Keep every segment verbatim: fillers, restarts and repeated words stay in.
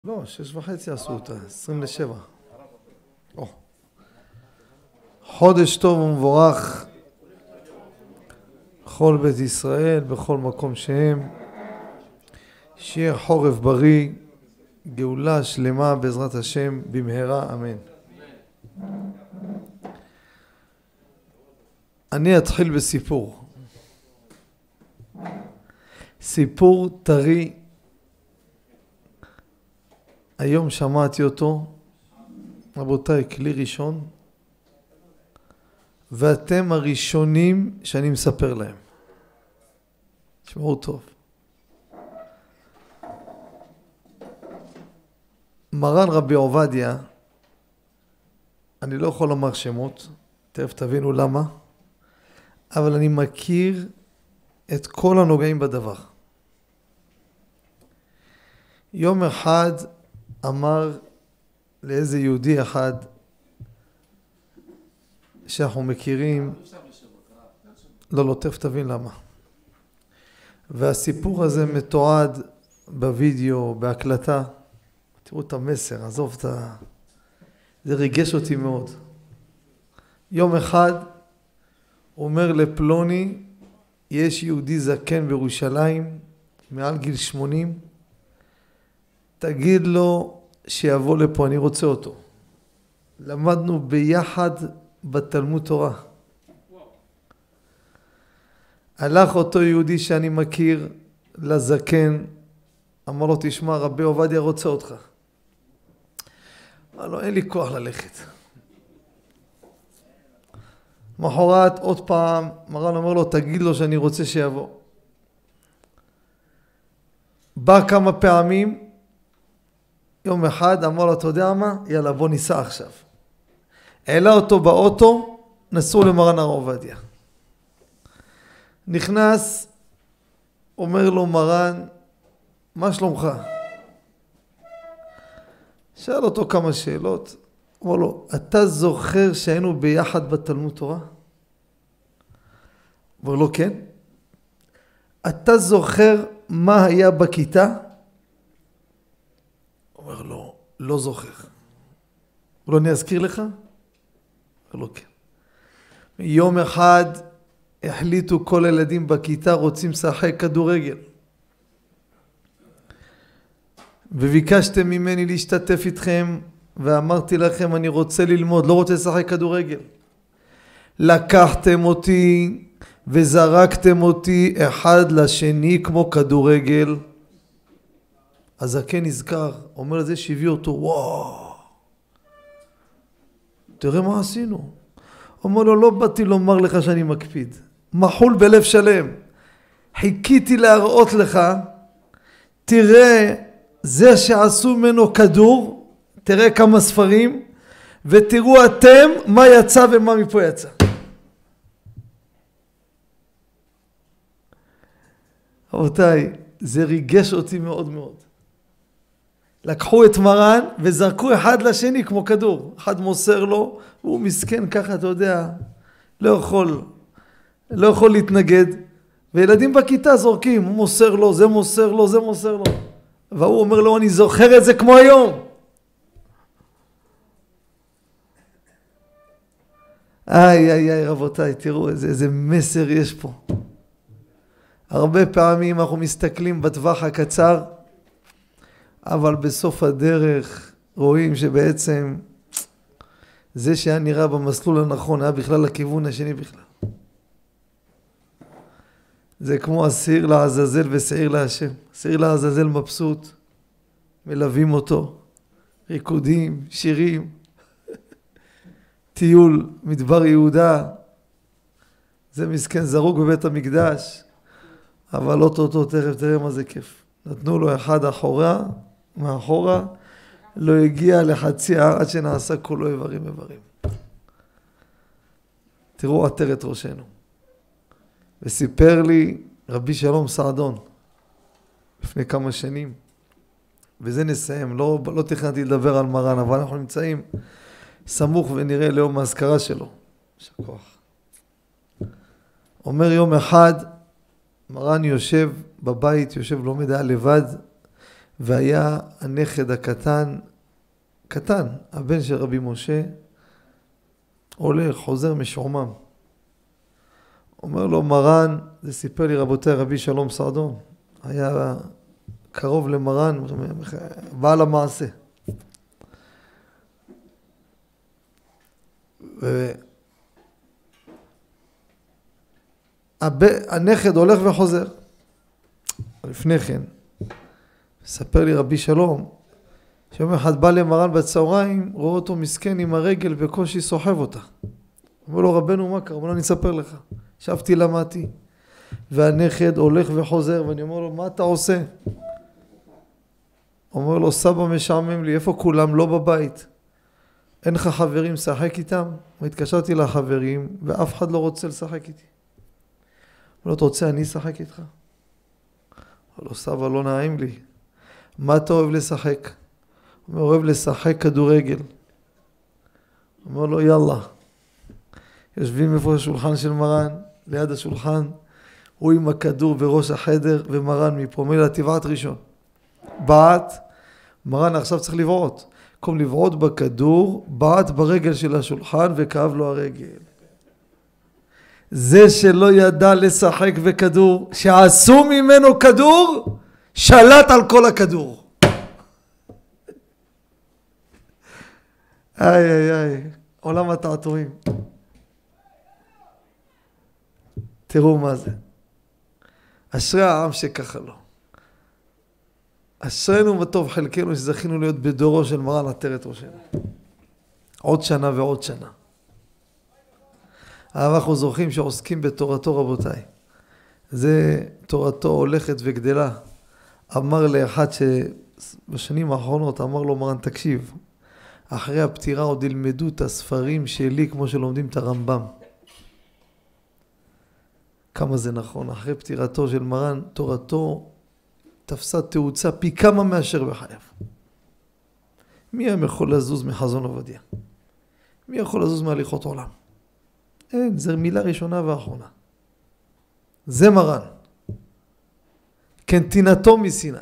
לא, שש וחצי עשו אותה, עשרים לשבע. או. חודש טוב ומבורך בכל בית ישראל, בכל מקום שהם. שיהיה חורף בריא, גאולה שלמה בעזרת השם במהרה, אמן. אני אתחיל בסיפור. סיפור טרי. היום שמעתי אותו, רבותיי, כלי ראשון, ואתם הראשונים שאני מספר להם. תשמעו טוב. מרן רבי עובדיה, אני לא יכול לומר שמות, תכף תבינו למה, אבל אני מכיר את כל הנוגעים בדבר. יום אחד אמר לאיזה יהודי אחד שאנחנו מכירים, לא, לא, תכף תבין למה. והסיפור הזה מתועד בווידאו, בהקלטה. תראו את המסר, עזוב את ה... זה ריגש אותי מאוד. יום אחד אומר לפלוני, יש יהודי זקן בירושלים, מעל גיל שמונים, תגיד לו שיבוא לפה, אני רוצה אותו. למדנו ביחד בתלמוד תורה. הלך אותו יהודי שאני מכיר לזקן, אמר לו, תשמע, רבי עובדיה רוצה אותך. אמר לו, אין לי כוח ללכת. מחרת עוד פעם, מרן אומר לו, תגיד לו שאני רוצה שיבוא. בא כמה פעמים, יום אחד אמר לו, אתה יודע מה? יאללה, בוא ניסע עכשיו. העלה אותו באוטו, נסעו למרן הרב עובדיה. נכנס, אומר לו מרן, מה שלומך? שאל אותו כמה שאלות. אמר לו, אתה זוכר שהיינו ביחד בתלמוד תורה? אמר לו, כן. אתה זוכר מה היה בכיתה? אומר לו, לא זוכר. הוא לא, אני אזכיר לך? אומר לו, כן. יום אחד החליטו כל הילדים בכיתה רוצים לשחק כדורגל. וביקשתם ממני להשתתף איתכם, ואמרתי לכם, אני רוצה ללמוד, לא רוצה לשחק כדורגל. לקחתם אותי וזרקתם אותי אחד לשני כמו כדורגל. הזקן נזכר, אומר לזה שהביא אותו, וואו, תראה מה עשינו. אומר לו, לא באתי לומר לך שאני מקפיד. מחול בלב שלם. חיכיתי להראות לך, תראה, זה שעשו ממנו כדור, תראה כמה ספרים, ותראו אתם מה יצא ומה מפה יצא. רבותיי, זה ריגש אותי מאוד מאוד. לקחו את מרן וזרקו אחד לשני כמו כדור. אחד מוסר לו, והוא מסכן ככה, אתה יודע, לא יכול, לא יכול להתנגד. וילדים בכיתה זורקים, הוא מוסר לו, זה מוסר לו, זה מוסר לו. והוא אומר לו, אני זוכר את זה כמו היום. איי, איי, איי, רבותיי, תראו איזה, איזה מסר יש פה. הרבה פעמים אנחנו מסתכלים בטווח הקצר, אבל בסוף הדרך רואים שבעצם זה שהיה נראה במסלול הנכון, היה בכלל לכיוון השני בכלל. זה כמו השעיר לעזאזל ושעיר להשם. השעיר לעזאזל מבסוט, מלווים אותו, ריקודים, שירים, טיול, מדבר יהודה. זה מסכן זרוק בבית המקדש, אבל אותו תכף תראה מה זה כיף. נתנו לו אחד אחורה, מאחורה, לא הגיע לחצי עד שנעשה כולו איברים איברים. תראו עטר את ראשנו. וסיפר לי רבי שלום סעדון, לפני כמה שנים, וזה נסיים, לא, לא תכננתי לדבר על מרן, אבל אנחנו נמצאים סמוך ונראה ליום ההזכרה שלו. שכוח. אומר יום אחד, מרן יושב בבית, יושב לומד היה לבד, והיה הנכד הקטן, קטן, הבן של רבי משה, הולך, חוזר משועמם. אומר לו מרן, זה סיפר לי רבותי רבי שלום סעדון, היה קרוב למרן, בעל המעשה. והנכד הולך וחוזר. לפני כן, מספר לי רבי שלום, שיום אחד בא למרן בצהריים, רואה אותו מסכן עם הרגל בקושי סוחב אותה. אומר לו רבנו מה קרה? אומר לו אני אספר לך. שבתי למדתי, והנכד הולך וחוזר, ואני אומר לו מה אתה עושה? אומר לו סבא משעמם לי, איפה כולם? לא בבית. אין לך חברים, שחק איתם? והתקשרתי לחברים, ואף אחד לא רוצה לשחק איתי. אומר לו אתה רוצה אני אשחק איתך? אומר לו סבא לא נעים לי. מה אתה אוהב לשחק? אומר אוהב לשחק כדורגל. אומר לו יאללה. יושבים איפה השולחן של מרן, ליד השולחן, הוא עם הכדור בראש החדר, ומרן מפה, אומר לה טבעת ראשון. בעט, מרן עכשיו צריך לבעוט. במקום לבעוט בכדור, בעט ברגל של השולחן וכאב לו הרגל. זה שלא ידע לשחק בכדור, שעשו ממנו כדור, שלט על כל הכדור. איי איי איי, עולם התעתועים. תראו מה זה. אשרי העם שככה לו. אשרנו וטוב חלקנו שזכינו להיות בדורו של מרן עטרת ראשנו. עוד שנה ועוד שנה. אנחנו זוכים שעוסקים בתורתו רבותיי. זה תורתו הולכת וגדלה. אמר לאחד שבשנים האחרונות אמר לו מרן תקשיב. אחרי הפטירה עוד ילמדו את הספרים שלי כמו שלומדים את הרמב"ם. כמה זה נכון, אחרי פטירתו של מרן, תורתו תפסה תאוצה פי כמה מאשר בחייו. מי יכול לזוז מחזון עובדיה? מי יכול לזוז מהליכות עולם? אין, זו מילה ראשונה ואחרונה. זה מרן. כנתינתו מסיני.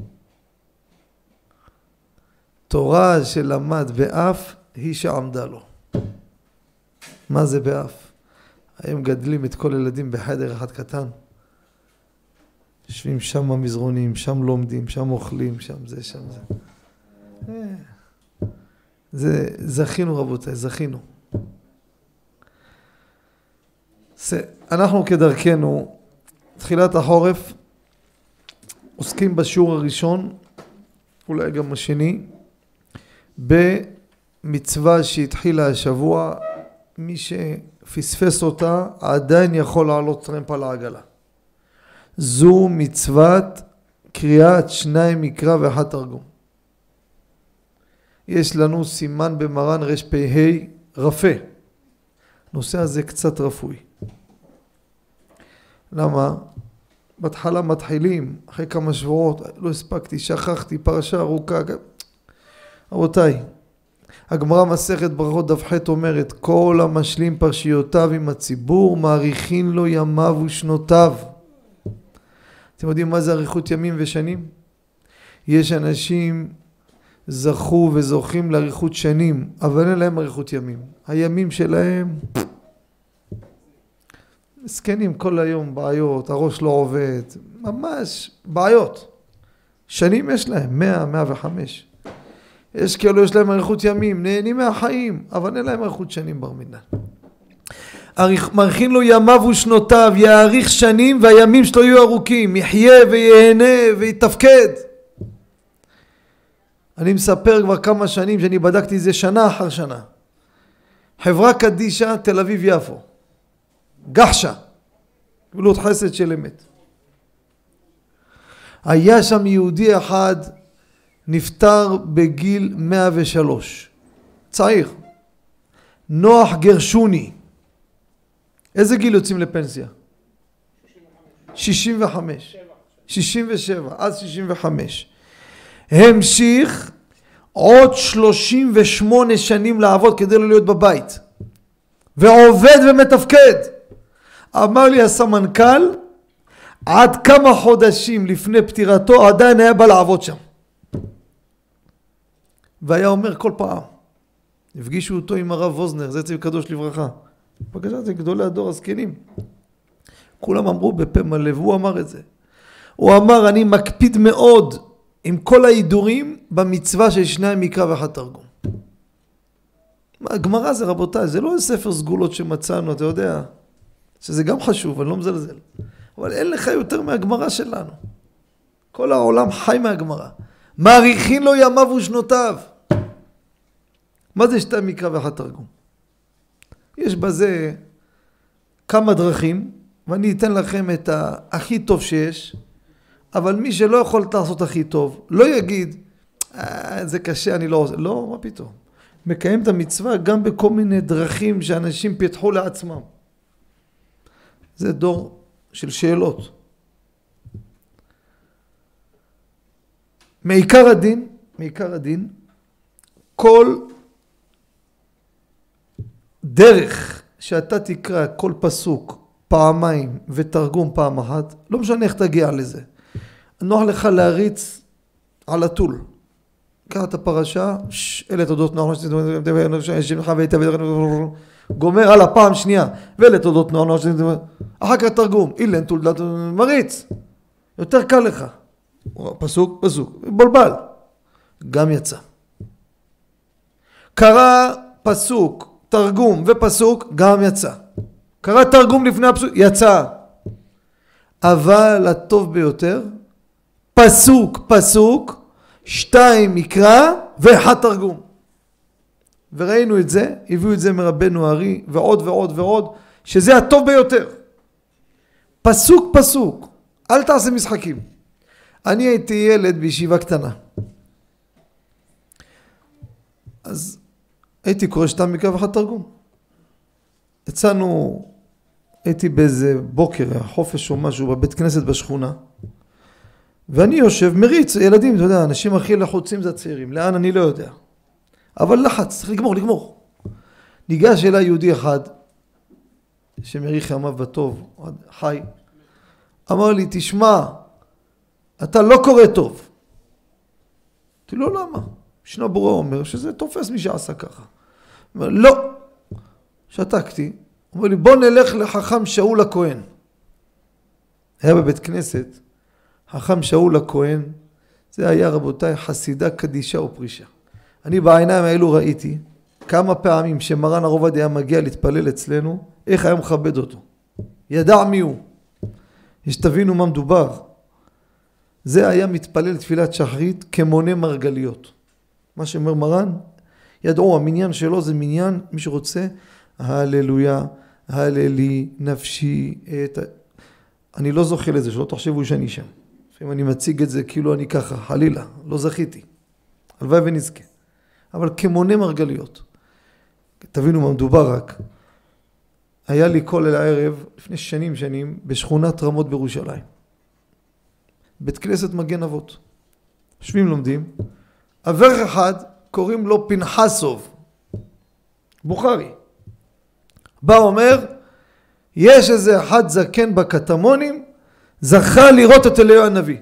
תורה שלמד באף היא שעמדה לו. מה זה באף? היום גדלים את כל ילדים בחדר אחד קטן. יושבים שם במזרונים, שם לומדים, שם אוכלים, שם זה, שם זה. זה זכינו רבותיי, זכינו. אנחנו כדרכנו, תחילת החורף, עוסקים בשיעור הראשון, אולי גם השני, במצווה שהתחילה השבוע, מי שפספס אותה עדיין יכול לעלות טרמפ על העגלה. זו מצוות קריאת שניים מקרא ואחד תרגום. יש לנו סימן במרן רפ"ה רפה. נושא הזה קצת רפוי. למה? בהתחלה מתחילים, אחרי כמה שבועות, לא הספקתי, שכחתי, פרשה ארוכה. רבותיי, הגמרא מסכת ברכות דף ח' אומרת, כל המשלים פרשיותיו עם הציבור, מאריכין לו ימיו ושנותיו. אתם יודעים מה זה אריכות ימים ושנים? יש אנשים זכו וזוכים לאריכות שנים, אבל אין להם אריכות ימים. הימים שלהם מסכנים כל היום, בעיות, הראש לא עובד, ממש בעיות. שנים יש להם, מאה, מאה וחמש. יש כאלו יש להם אריכות ימים, נהנים מהחיים, אבל אין להם אריכות שנים בר מינן. מאריכין לו ימיו ושנותיו, יאריך שנים והימים שלו יהיו ארוכים, יחיה ויהנה ויתפקד. אני מספר כבר כמה שנים שאני בדקתי זה שנה אחר שנה. חברה קדישה תל אביב יפו, גחשה, גבולות חסד של אמת. היה שם יהודי אחד נפטר בגיל מאה ושלוש, צעיר, נוח גרשוני. איזה גיל יוצאים לפנסיה? שישים וחמש. שישים ושבע, אז שישים וחמש. המשיך עוד שלושים ושמונה שנים לעבוד כדי לא להיות בבית. ועובד ומתפקד. אמר לי הסמנכ"ל, עד כמה חודשים לפני פטירתו עדיין היה בא לעבוד שם. והיה אומר כל פעם, הפגישו אותו עם הרב ווזנר, זה צבי קדוש לברכה. בבקשה, זה גדולי הדור הזקנים. כולם אמרו בפה מלא, והוא אמר את זה. הוא אמר, אני מקפיד מאוד עם כל ההידורים במצווה של שניים מקרא ואחד תרגום. הגמרא זה רבותיי, זה לא ספר סגולות שמצאנו, אתה יודע, שזה גם חשוב, אני לא מזלזל. אבל אין לך יותר מהגמרא שלנו. כל העולם חי מהגמרא. מעריכין לו ימיו ושנותיו. מה זה שניים מקרא ואחד תרגום? יש בזה כמה דרכים, ואני אתן לכם את הכי טוב שיש, אבל מי שלא יכול לעשות הכי טוב, לא יגיד, אה, זה קשה, אני לא עושה. לא, מה פתאום? מקיים את המצווה גם בכל מיני דרכים שאנשים פיתחו לעצמם. זה דור של שאלות. מעיקר הדין, מעיקר הדין, כל דרך שאתה תקרא כל פסוק פעמיים ותרגום פעם אחת, לא משנה איך תגיע לזה. נוח לך להריץ על הטול. קרא את הפרשה, אלה תודות נוח, גומר על הפעם שנייה, ואלה תודות נוח, אחר כך תרגום, אילן תולדת, מריץ. יותר קל לך. פסוק, פסוק, בולבל. גם יצא. קרא פסוק, תרגום ופסוק, גם יצא. קרא תרגום לפני הפסוק, יצא. אבל הטוב ביותר, פסוק, פסוק, שתיים מקרא ואחד תרגום. וראינו את זה, הביאו את זה מרבנו הארי, ועוד ועוד ועוד, שזה הטוב ביותר. פסוק, פסוק, אל תעשה משחקים. אני הייתי ילד בישיבה קטנה. אז הייתי קורא שתיים מקרא ואחד תרגום. יצאנו, הייתי באיזה בוקר, חופש או משהו, בבית כנסת בשכונה, ואני יושב, מריץ, ילדים, אתה יודע, אנשים הכי לחוצים זה הצעירים, לאן אני לא יודע. אבל לחץ, צריך לגמור, לגמור. ניגש אליי יהודי אחד, שמריך ימיו בטוב, חי, אמר לי, תשמע, אתה לא קורא טוב. אמרתי לו, למה? ישנו בורא אומר שזה תופס מי שעשה ככה. אומר, לא. שתקתי. אומר לי, בוא נלך לחכם שאול הכהן. היה בבית כנסת, חכם שאול הכהן, זה היה רבותיי חסידה קדישה ופרישה. אני בעיניים האלו ראיתי כמה פעמים שמרן הרב עובדיה היה מגיע להתפלל אצלנו, איך היה מכבד אותו. ידע מי הוא. יש תבינו מה מדובר. זה היה מתפלל תפילת שחרית כמונה מרגליות. מה שאומר מרן, ידעו, המניין שלו זה מניין, מי שרוצה, הללויה, הללי, נפשי, את... אני לא זוכה לזה, שלא תחשבו שאני שם. אם אני מציג את זה כאילו אני ככה, חלילה, לא זכיתי. הלוואי ונזכה. אבל כמונה מרגליות. תבינו מה מדובר רק. היה לי כל הערב, לפני שנים שנים, בשכונת רמות בירושלים. בית כנסת מגן אבות. יושבים לומדים. אברך אחד, קוראים לו פנחסוב. בוכרי. בא אומר, יש איזה אחד זקן בקטמונים, זכה לראות את אליהו הנביא.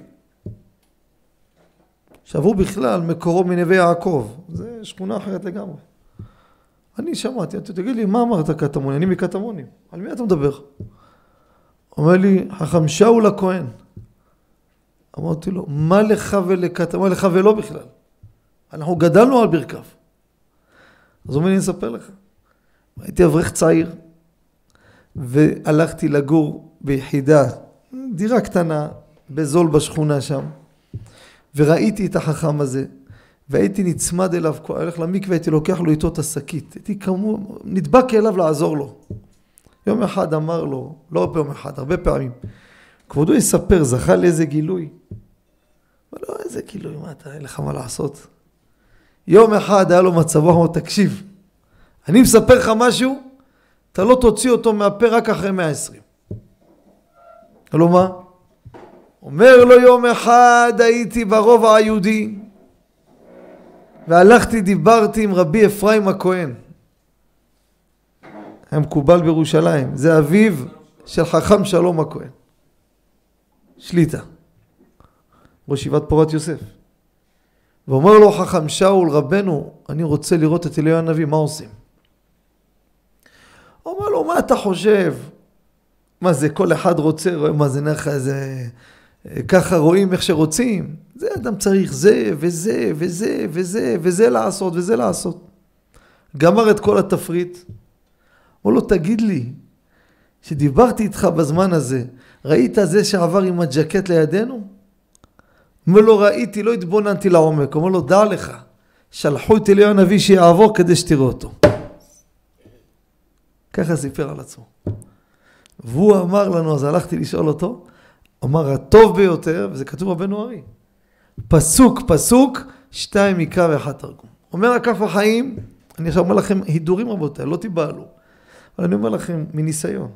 עכשיו הוא בכלל מקורו מנווה יעקב. זה שכונה אחרת לגמרי. אני שמעתי, אתה תגיד לי, מה אמרת קטמונים? אני מקטמונים. על מי אתה מדבר? אומר לי, חכם שאול הכהן. אמרתי לו, מה לך ולקטמון? מה לך ולא בכלל? אנחנו גדלנו על ברכיו. אז הוא אומר לי, אני אספר לך. הייתי אברך צעיר, והלכתי לגור ביחידה, דירה קטנה, בזול בשכונה שם, וראיתי את החכם הזה, והייתי נצמד אליו, הלך למקווה, הייתי לוקח לו איתו את השקית, הייתי כמו, נדבק אליו לעזור לו. יום אחד אמר לו, לא פעם אחד, הרבה פעמים, כבודו יספר, זכה לאיזה גילוי? אבל לא, איזה גילוי, מה אתה, אין לך מה לעשות? יום אחד היה לו מצבו, אמר, תקשיב, אני מספר לך משהו, אתה לא תוציא אותו מהפה רק אחרי מאה ועשרים. לא מה? אומר לו יום אחד הייתי ברובע היהודי, והלכתי דיברתי עם רבי אפרים הכהן. היה מקובל בירושלים, זה אביו של חכם שלום הכהן. שליטה. ראש ישיבת פורת יוסף. ואומר לו חכם שאול, רבנו, אני רוצה לראות את אליהו הנביא, מה עושים? הוא אומר לו, מה אתה חושב? מה זה, כל אחד רוצה, רואה מה זה נחה, זה... ככה רואים איך שרוצים. זה אדם צריך זה וזה וזה וזה וזה לעשות וזה לעשות. גמר את כל התפריט. הוא לא, תגיד לי, שדיברתי איתך בזמן הזה, ראית זה שעבר עם הג'קט לידינו? אומר לו, ראיתי, לא התבוננתי לעומק. אומר לו, דע לך, שלחו את אליהו הנביא שיעבור כדי שתראו אותו. ככה סיפר על עצמו. והוא אמר לנו, אז הלכתי לשאול אותו, אמר, הטוב ביותר, וזה כתוב רבנו ארי, פסוק פסוק, שתיים מקרא ואחד תרגום. אומר הכף החיים, אני עכשיו אומר לכם הידורים רבותיי, לא תיבהלו, אבל אני אומר לכם מניסיון,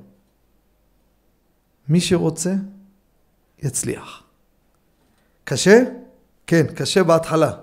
מי שרוצה יצליח. קשה? כן, קשה בהתחלה.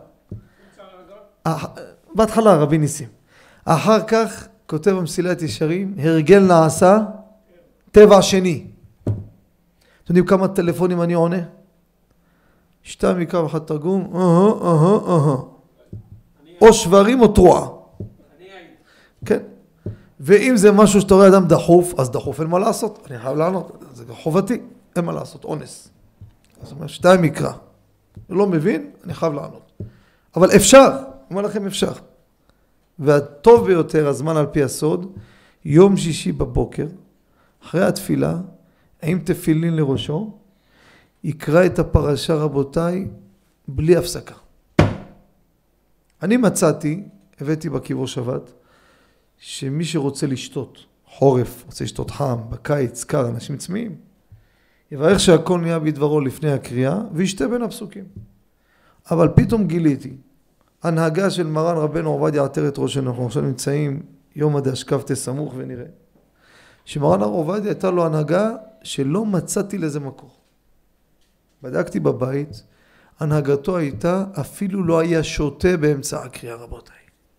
בהתחלה רבי ניסים. אחר כך כותב המסילת ישרים, הרגל נעשה טבע שני. אתם יודעים כמה טלפונים אני עונה? שתיים מקרא ואחד תרגום, אהה, אהה, אהה. או שברים או תרועה. כן. ואם זה משהו שאתה רואה אדם דחוף, אז דחוף, אין מה לעשות. אני חייב לענות, זה חובתי, אין מה לעשות, אונס. זאת אומרת, שתיים מקרא. לא מבין, אני חייב לענות. אבל אפשר, אומר לכם אפשר. והטוב ביותר, הזמן על פי הסוד, יום שישי בבוקר, אחרי התפילה, עם תפילין לראשו, יקרא את הפרשה רבותיי, בלי הפסקה. אני מצאתי, הבאתי בקברו שבת, שמי שרוצה לשתות, חורף, רוצה לשתות חם, בקיץ, קר, אנשים צמאים, יברך שהכל נהיה בדברו לפני הקריאה, וישתה בין הפסוקים. אבל פתאום גיליתי, הנהגה של מרן רבנו עובדיה עטרת ראשנו, אנחנו עכשיו נמצאים יום עד השקפת סמוך ונראה, שמרן עובדיה הייתה לו הנהגה שלא מצאתי לזה מקור. בדקתי בבית, הנהגתו הייתה, אפילו לא היה שותה באמצע הקריאה רבותיי.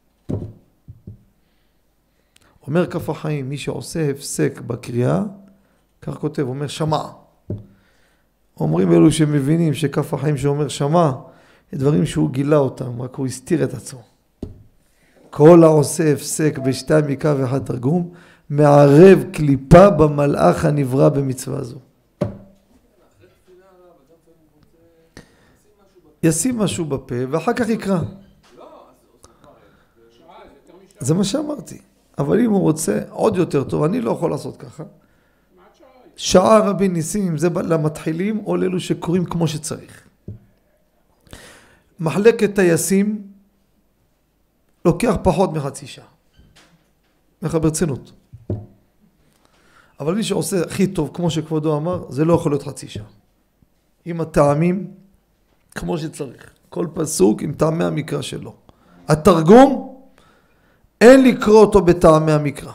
אומר כף החיים, מי שעושה הפסק בקריאה, כך כותב, אומר שמע. אומרים אלו שמבינים שכף החיים שאומר שמע, דברים שהוא גילה אותם, רק הוא הסתיר את עצמו. כל העושה הפסק בשתיים מקרא ואחד תרגום, מערב קליפה במלאך הנברא במצווה זו. ישים משהו בפה ואחר כך יקרא. זה מה שאמרתי. אבל אם הוא רוצה עוד יותר טוב, אני לא יכול לעשות ככה. שעה רבי ניסים, זה למתחילים או לאלו שקוראים כמו שצריך. מחלקת טייסים לוקח פחות מחצי שעה. לך ברצינות. אבל מי שעושה הכי טוב, כמו שכבודו אמר, זה לא יכול להיות חצי שעה. עם הטעמים, כמו שצריך. כל פסוק עם טעמי המקרא שלו. התרגום, אין לקרוא אותו בטעמי המקרא.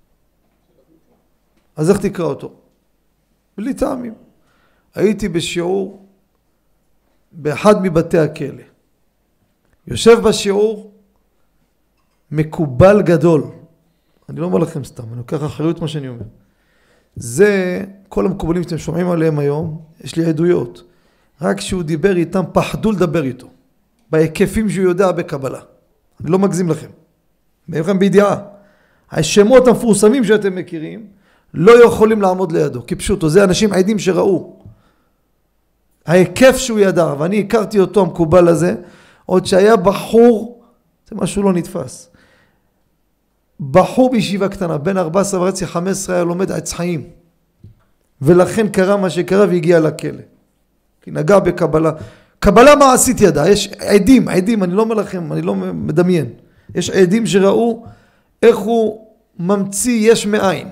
אז איך תקרא אותו? בלי טעמים. הייתי בשיעור באחד מבתי הכלא. יושב בשיעור מקובל גדול. אני לא אומר לכם סתם, אני לוקח אחריות מה שאני אומר. זה כל המקובלים שאתם שומעים עליהם היום, יש לי עדויות. רק כשהוא דיבר איתם, פחדו לדבר איתו. בהיקפים שהוא יודע בקבלה. אני לא מגזים לכם. בעצם בידיעה. השמות המפורסמים שאתם מכירים, לא יכולים לעמוד לידו. כי פשוטו, זה אנשים עדים שראו. ההיקף שהוא ידע, ואני הכרתי אותו המקובל הזה, עוד שהיה בחור, זה משהו לא נתפס. בחור בישיבה קטנה, בין ארבע עשרה וחצי חמש עשרה היה לומד עץ חיים. ולכן קרה מה שקרה והגיע לכלא. כי נגע בקבלה. קבלה מעשית ידע, יש עדים, עדים, אני לא אומר לכם, אני לא מדמיין. יש עדים שראו איך הוא ממציא יש מאין.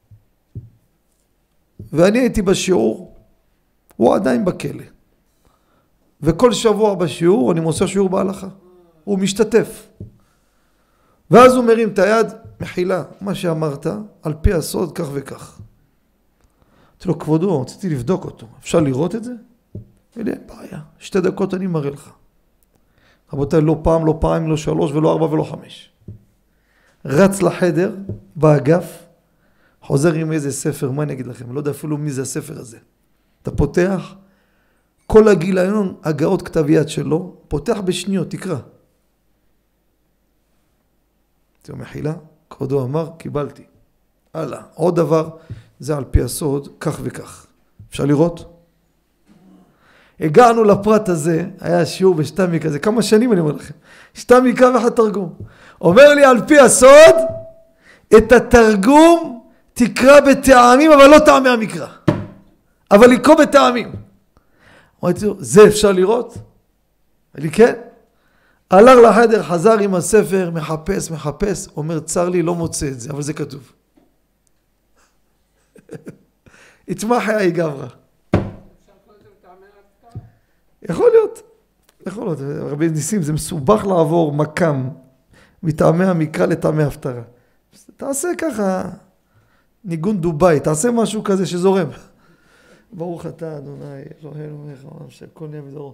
ואני הייתי בשיעור, הוא עדיין בכלא. וכל שבוע בשיעור אני מוסר שיעור בהלכה. הוא משתתף. ואז הוא מרים את היד, מחילה, מה שאמרת, על פי הסוד כך וכך. אמרתי לו, כבודו, רציתי לבדוק אותו. אפשר לראות את זה? אין בעיה, שתי דקות אני מראה לך. רבותיי, לא פעם, לא פעם, לא שלוש, ולא ארבע, ולא חמש. רץ לחדר, באגף, חוזר עם איזה ספר, מה אני אגיד לכם? לא יודע אפילו מי זה הספר הזה. אתה פותח, כל הגיליון הגאות כתב יד שלו, פותח בשניות, תקרא. זה מחילה, כבודו אמר, קיבלתי. הלאה, עוד דבר, זה על פי הסוד, כך וכך. אפשר לראות? הגענו לפרט הזה, היה שיעור בשתמי כזה, כמה שנים אני אומר לכם, שתמי קו אחד תרגום. אומר לי על פי הסוד, את התרגום תקרא בטעמים, אבל לא טעמי המקרא. אבל לקרוא בטעמים. אמרתי לו, זה אפשר לראות? אמר לי, כן. הלך לחדר, חזר עם הספר, מחפש, מחפש, אומר, צר לי, לא מוצא את זה, אבל זה כתוב. התמח היה גברא. יכול להיות, יכול להיות, רבי ניסים, זה מסובך לעבור מקם מטעמי המקרא לטעמי הפטרה. תעשה ככה, ניגון דוביי, תעשה משהו כזה שזורם. ברוך אתה, אדוני, אלוהינו מלך העולם שהכל נהיה בדברו.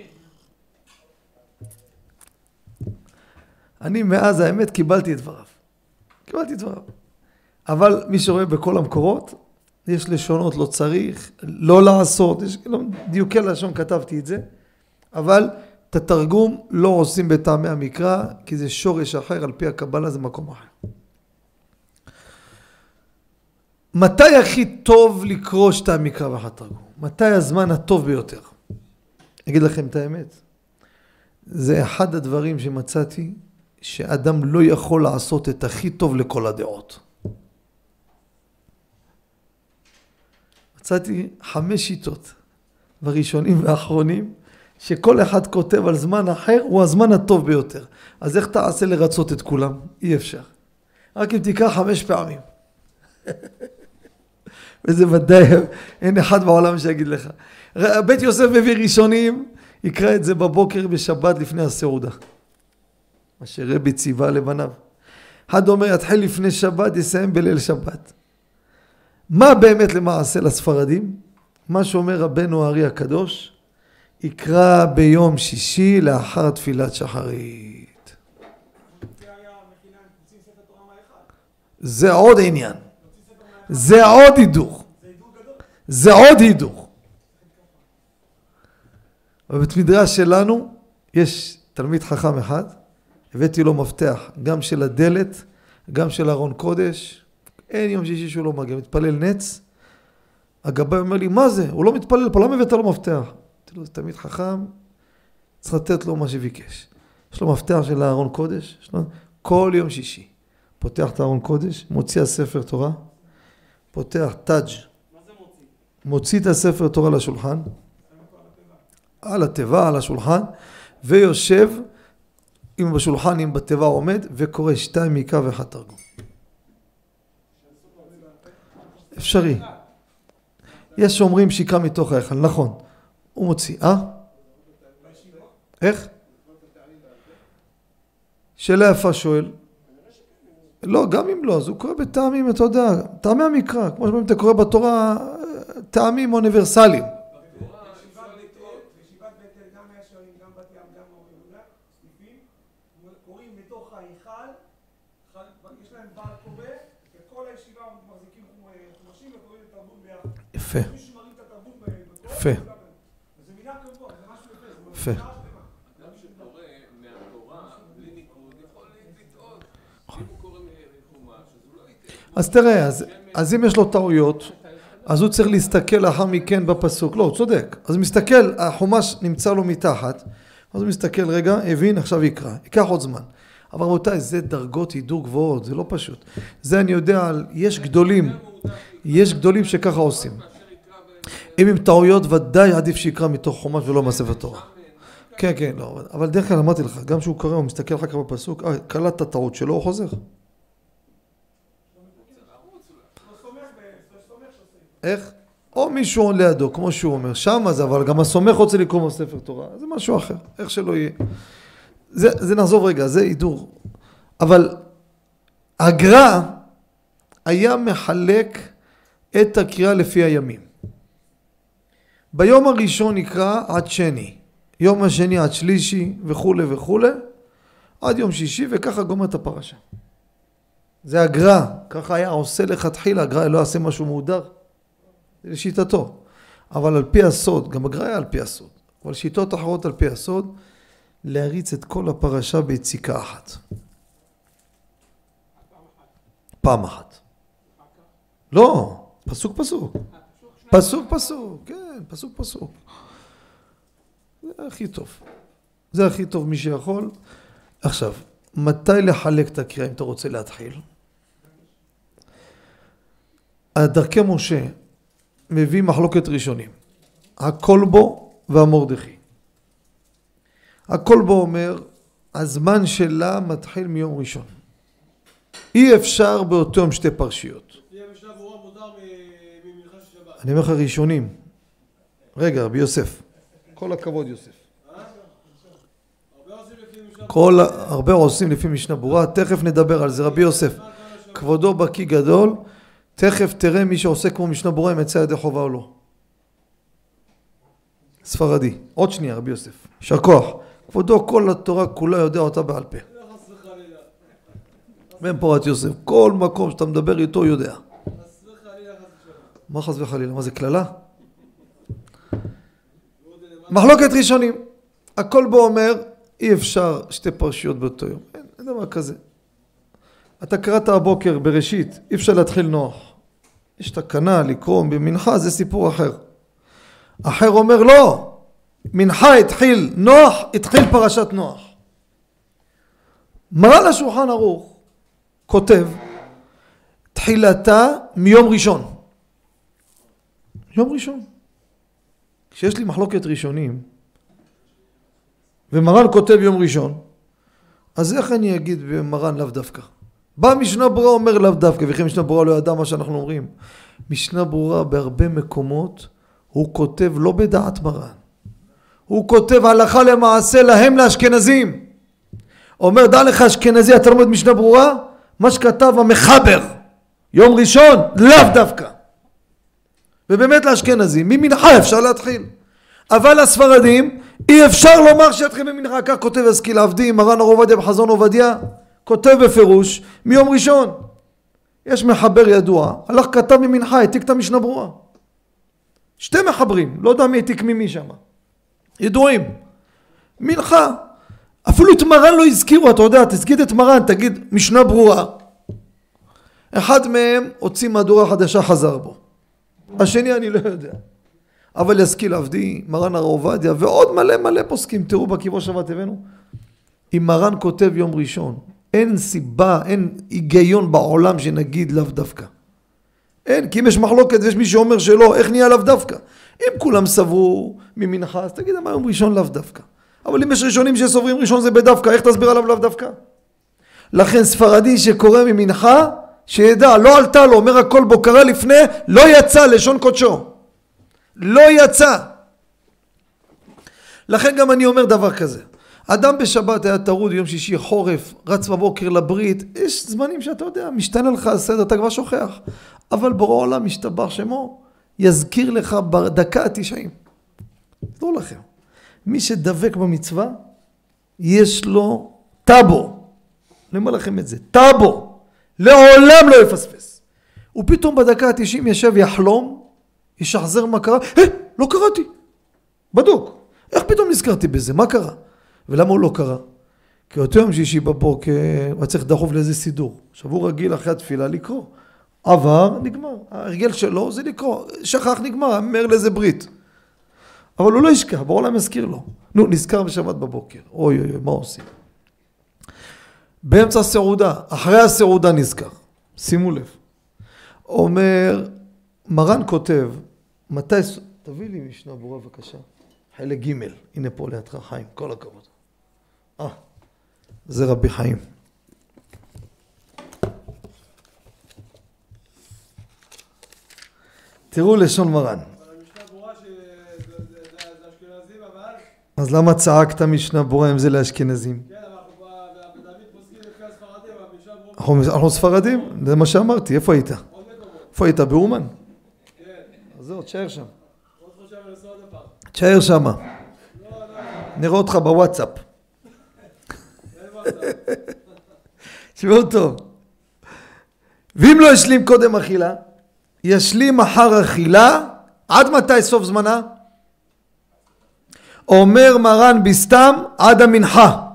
אני מאז האמת קיבלתי את דבריו. קיבלתי את דבריו. אבל מי שרואה בכל המקורות, יש לשונות, לא צריך, לא לעשות, יש דיוקי לשון, כתבתי את זה, אבל את התרגום לא עושים בטעמי המקרא, כי זה שורש אחר, על פי הקבלה זה מקום אחר. מתי הכי טוב לקרוא שתי המקרא ואחת תרגום? מתי הזמן הטוב ביותר? אגיד לכם את האמת. זה אחד הדברים שמצאתי, שאדם לא יכול לעשות את הכי טוב לכל הדעות. מצאתי חמש שיטות, בראשונים ואחרונים, שכל אחד כותב על זמן אחר, הוא הזמן הטוב ביותר. אז איך תעשה לרצות את כולם? אי אפשר. רק אם תיקח חמש פעמים. וזה ודאי, אין אחד בעולם שיגיד לך. בית יוסף מביא ראשונים, יקרא את זה בבוקר בשבת לפני הסעודה. מה שרבי ציווה לבניו. אחד אומר, יתחיל לפני שבת, יסיים בליל שבת. מה באמת למעשה לספרדים? מה שאומר רבנו הארי הקדוש, יקרא ביום שישי לאחר תפילת שחרית. זה עוד עניין. זה עוד הידוך. זה עוד הידוך. בבית מדרש שלנו יש תלמיד חכם אחד, הבאתי לו מפתח, גם של הדלת, גם של ארון קודש, אין יום שישי שהוא לא מגיע, מתפלל נץ, הגבאי אומר לי, מה זה? הוא לא מתפלל פה, למה הבאת לו מפתח? אמרתי לו, זה תלמיד חכם, צריך לתת לו מה שביקש. יש לו מפתח של הארון קודש, יש לו, כל יום שישי, פותח את הארון קודש, מוציא הספר תורה, פותח טאג', מוציא את הספר תורה לשולחן, על התיבה, על השולחן, ויושב, אם בשולחן, אם בתיבה עומד, וקורא שתיים מקרא ואחד תרגום. אפשרי. יש שאומרים שיקרא מתוך ההיכל, נכון. הוא מוציא, אה? איך? שאלה יפה שואל. לא, גם אם לא, אז הוא קורא בטעמים, אתה יודע, טעמי המקרא, כמו שבאים אתה קורא בתורה, טעמים אוניברסליים. יפה. יפה. יפה. אז תראה, אז, אז אם יש לו טעויות, אז הוא צריך להסתכל לאחר מכן בפסוק. לא, הוא צודק. אז הוא מסתכל, החומש נמצא לו מתחת, אז הוא מסתכל, רגע, הבין, עכשיו יקרא. ייקח עוד זמן. אבל רבותיי, זה דרגות הידור גבוהות, זה לא פשוט. זה אני יודע, יש גדולים, יש גדולים שככה עושים. אם עם טעויות, ודאי עדיף שיקרא מתוך חומש ולא מהספר תורה. כן, כן, לא. אבל דרך כלל אמרתי לך, גם שהוא קורא, הוא מסתכל אחר כך בפסוק, אה, קלט את הטעות שלו, הוא חוזר. איך? או מישהו לידו, כמו שהוא אומר, שם זה, אבל גם הסומך רוצה לקרוא מהספר תורה, זה משהו אחר, איך שלא יהיה. זה, זה נעזוב רגע, זה הידור. אבל הגר"א היה מחלק את הקריאה לפי הימים. ביום הראשון נקרא עד שני, יום השני עד שלישי וכו' וכו', עד יום שישי, וככה גומר את הפרשה. זה הגר"א, ככה היה עושה לכתחילה, הגר"א לא יעשה משהו מהודר, זה לשיטתו. אבל על פי הסוד, גם הגריה על פי הסוד, אבל שיטות אחרות על פי הסוד, להריץ את כל הפרשה ביציקה אחת. פעם אחת. לא, פסוק פסוק. פסוק פסוק, כן, פסוק פסוק. זה הכי טוב. זה הכי טוב מי שיכול. עכשיו, מתי לחלק את הקריאה אם אתה רוצה להתחיל? דרכי משה מביא מחלוקת ראשונים. הכל בו והמורדכי. הכל בו אומר, הזמן שלה מתחיל מיום ראשון. אי אפשר באותו יום שתי פרשיות. אני אומר לך ראשונים. רגע, רבי יוסף. כל הכבוד יוסף. כל, הרבה עושים לפי משנה ברורה, תכף נדבר על זה. רבי יוסף, כבודו בקי גדול, תכף תראה מי שעושה כמו משנה ברורה אם יצא ידי חובה או לא. ספרדי. עוד שנייה, רבי יוסף. יישר כוח. כבודו כל התורה כולה יודע אותה בעל פה. בן פורת יוסף, כל מקום שאתה מדבר איתו יודע. מה חס וחלילה? מה זה כללה? מחלוקת ראשונים. הכל בו אומר, אי אפשר שתי פרשיות באותו יום. אין, אין דבר כזה. אתה קראת הבוקר בראשית, אי אפשר להתחיל נוח. יש תקנה לקרוא במנחה, זה סיפור אחר. אחר אומר לא, מנחה התחיל נוח, התחיל פרשת נוח. מרן השולחן ערוך כותב, תחילתה מיום ראשון. יום ראשון. כשיש לי מחלוקת ראשונים, ומרן כותב יום ראשון, אז איך אני אגיד במרן לאו דווקא? בא משנה ברורה אומר לאו דווקא, וכי משנה ברורה לא ידע מה שאנחנו אומרים. משנה ברורה בהרבה מקומות, הוא כותב לא בדעת מרן. הוא כותב הלכה למעשה להם לאשכנזים. אומר, דע לך אשכנזי, אתה לומד משנה ברורה? מה שכתב המחבר, יום ראשון, לאו דווקא. ובאמת לאשכנזים, ממנחה אפשר להתחיל. אבל הספרדים, אי אפשר לומר שיתחיל במנחה, כך כותב השכיל עבדי, מרן הר עובדיה בחזון עובדיה, כותב בפירוש, מיום ראשון. יש מחבר ידוע, הלך כתב ממנחה, העתיק את המשנה ברורה. שתי מחברים, לא יודע מי העתיק ממי שם. ידועים. מנחה. אפילו את מרן לא הזכירו, אתה יודע, תזכיר את מרן, תגיד משנה ברורה. אחד מהם הוציא מהדורה חדשה, חזר בו. השני אני לא יודע. אבל ישכיל עבדי, מרן הר עובדיה, ועוד מלא מלא פוסקים. תראו בקיבו שבת הבאנו. אם מרן כותב יום ראשון, אין סיבה, אין היגיון בעולם שנגיד לאו דווקא. אין, כי אם יש מחלוקת ויש מי שאומר שלא, איך נהיה לאו דווקא? אם כולם סברו ממנחה, אז תגיד מה יום ראשון לאו דווקא. אבל אם יש ראשונים שסוברים ראשון זה בדווקא, איך תסביר עליו לאו דווקא? לכן ספרדי שקורא ממנחה, שידע, לא עלתה לו, אומר הכל בו קרא לפני, לא יצא לשון קודשו. לא יצא. לכן גם אני אומר דבר כזה. אדם בשבת היה טרוד, יום שישי חורף, רץ בבוקר לברית, יש זמנים שאתה יודע, משתנה לך הסדר, אתה כבר שוכח. אבל בורא עולם משתבח שמו, יזכיר לך בדקה התשעים. לא לכם. מי שדבק במצווה, יש לו טאבו. אני אומר לכם את זה, טאבו. לעולם לא יפספס. ופתאום בדקה התשעים ישב יחלום, ישחזר מה קרה, אה, לא קראתי. בדוק. איך פתאום נזכרתי בזה? מה קרה? ולמה הוא לא קרה? כי אותו יום שישי בבוקר, הוא צריך דחוף לאיזה סידור. עכשיו הוא רגיל אחרי התפילה לקרוא. עבר, נגמר. הרגל שלו זה לקרוא. שכח, נגמר, אמר לאיזה ברית. אבל הוא לא ישכח, בעולם מזכיר לו. נו, נזכר בשבת בבוקר. אוי אוי אוי, מה עושים? באמצע הסעודה, אחרי הסעודה נזכר. שימו לב. אומר, מרן כותב, מתי... תביא לי משנה ברורה בבקשה. חלק ג', הנה פה לידך חיים, כל הכבוד. אה, זה רבי חיים. תראו לשון מרן. אז למה צעקת משנה ברורה אם זה לאשכנזים? כן, אבל אנחנו תמיד פוסקים לפי הספרדים, אבל משנה ברורה... אנחנו ספרדים? זה מה שאמרתי, איפה היית? איפה היית? באומן? כן. אז זהו, תשאר שם. תשאר שם. נראה אותך בוואטסאפ. תשמעו טוב. ואם לא ישלים קודם אכילה, ישלים אחר אכילה עד מתי סוף זמנה? אומר מרן בסתם עד המנחה.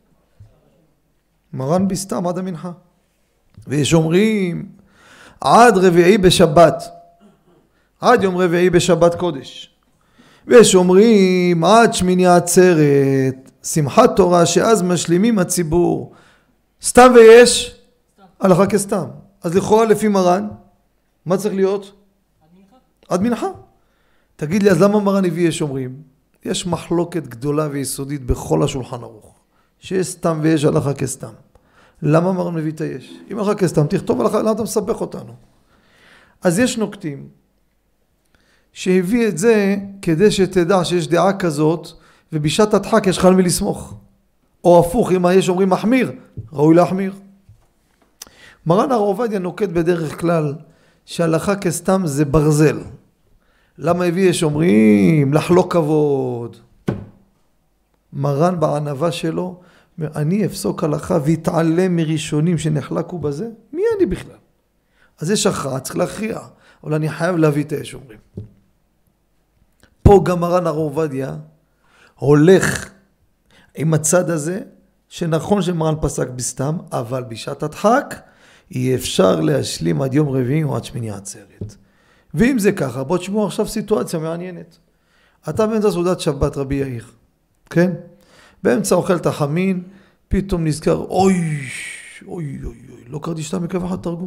מרן בסתם עד המנחה. ויש אומרים עד רביעי בשבת. עד יום רביעי בשבת קודש. ויש אומרים עד שמיני עצרת, שמחת תורה, שאז משלימים הציבור. סתם ויש? הלכה כסתם. אז לכאורה לפי מרן, מה צריך להיות? עד מנחה. עד מנחה. תגיד לי, אז למה מרן הביא יש אומרים? יש מחלוקת גדולה ויסודית בכל השולחן ערוך, שיש סתם ויש הלכה כסתם. למה מרן מביא את היש? אם הלכה כסתם, תכתוב הלכה, למה אתה מסבך אותנו? אז יש נוקטים שהביא את זה כדי שתדע שיש דעה כזאת, ובשעת הדחק יש לך על מי לסמוך. או הפוך, אם יש אומרים מחמיר, ראוי להחמיר. מרן הר עובדיה נוקט בדרך כלל שהלכה כסתם זה ברזל. למה הביא יש אומרים לחלוק כבוד? מרן בענווה שלו, אני אפסוק הלכה והתעלם מראשונים שנחלקו בזה? מי אני בכלל? אז יש הכרעה, צריך להכריע, אבל אני חייב להביא את היש אומרים. פה גם מרן הר עובדיה הולך עם הצד הזה, שנכון שמרן פסק בסתם, אבל בשעת הדחק אי אפשר להשלים עד יום רביעי או עד שמיני עצרת. ואם זה ככה, בוא תשמעו עכשיו סיטואציה מעניינת. אתה באמצע סעודת שבת רבי יאיר, כן? באמצע אוכל את החמין, פתאום נזכר, אוי, אוי, אוי, אוי, לא קראתי שאתה מקו אחד תרגום.